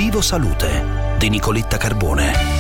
Obiettivo Salute di Nicoletta Carbone.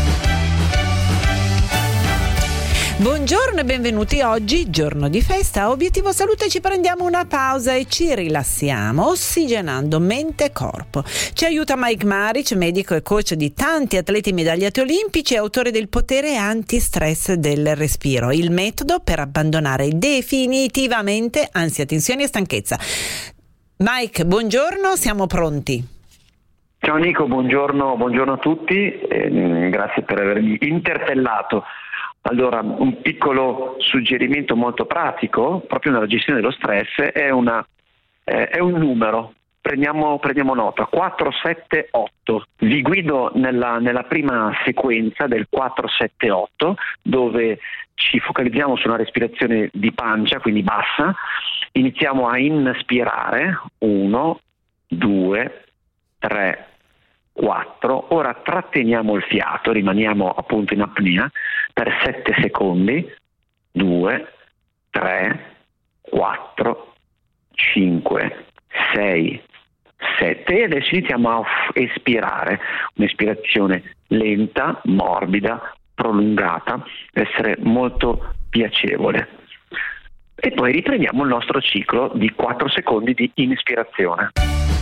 Buongiorno e benvenuti. Oggi, giorno di festa, a Obiettivo Salute ci prendiamo una pausa e ci rilassiamo ossigenando mente e corpo. Ci aiuta Mike Maric, medico e coach di tanti atleti medagliati olimpici e autore del potere anti-stress del respiro, il metodo per abbandonare definitivamente ansia, tensione e stanchezza. Mike, buongiorno, siamo pronti. Ciao Nico, buongiorno a tutti, grazie per avermi interpellato. Allora, un piccolo suggerimento molto pratico, proprio nella gestione dello stress, è un numero. Prendiamo nota, 478. Vi guido nella prima sequenza del 478, dove ci focalizziamo su una respirazione di pancia, quindi bassa. Iniziamo a inspirare, 1, 2, 3, 4. Ora tratteniamo il fiato, rimaniamo appunto in apnea per 7 secondi, 2, 3, 4, 5, 6, 7 e adesso iniziamo a espirare, un'espirazione lenta, morbida, prolungata, deve essere molto piacevole. E poi riprendiamo il nostro ciclo di 4 secondi di inspirazione.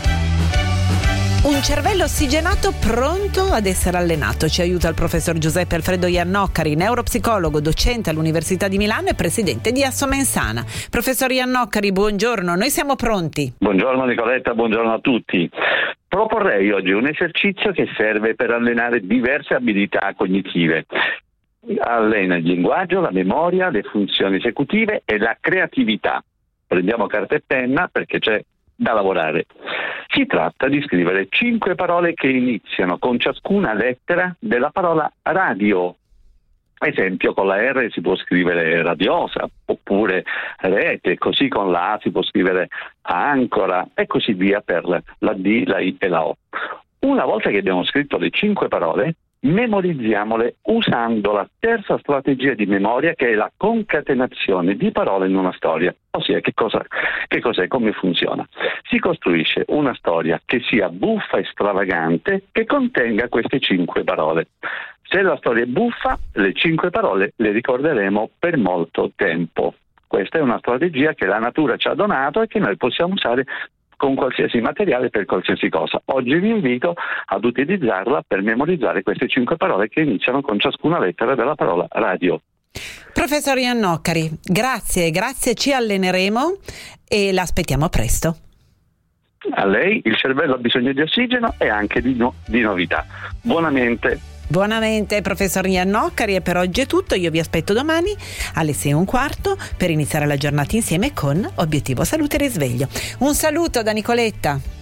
Un cervello ossigenato pronto ad essere allenato. Ci aiuta il professor Giuseppe Alfredo Iannoccari, neuropsicologo, docente all'Università di Milano e presidente di Assomensana. Professor Iannoccari, buongiorno, noi siamo pronti. Buongiorno Nicoletta, buongiorno a tutti. Proporrei oggi un esercizio che serve per allenare diverse abilità cognitive. Allena il linguaggio, la memoria, le funzioni esecutive e la creatività. Prendiamo carta e penna perché c'è da lavorare. Si tratta di scrivere 5 parole che iniziano con ciascuna lettera della parola radio. Esempio, con la R si può scrivere radiosa, oppure rete, così con la A si può scrivere ancora e così via per la D, la I e la O. Una volta che abbiamo scritto le 5 parole, memorizziamole usando la terza strategia di memoria, che è la concatenazione di parole in una storia. Ossia, che cos'è, come funziona? Si costruisce una storia che sia buffa e stravagante, che contenga queste 5 parole. Se la storia è buffa, le 5 parole le ricorderemo per molto tempo. Questa è una strategia che la natura ci ha donato e che noi possiamo usare con qualsiasi materiale per qualsiasi cosa. Oggi vi invito ad utilizzarla per memorizzare queste 5 parole che iniziano con ciascuna lettera della parola radio. Professor Iannoccari, grazie, ci alleneremo e l'aspettiamo presto. A lei, il cervello ha bisogno di ossigeno e anche di novità. Buonamente, professor Iannoccari, e per oggi è tutto. Io vi aspetto domani alle 6:15 per iniziare la giornata insieme con Obiettivo Salute Risveglio. Un saluto da Nicoletta.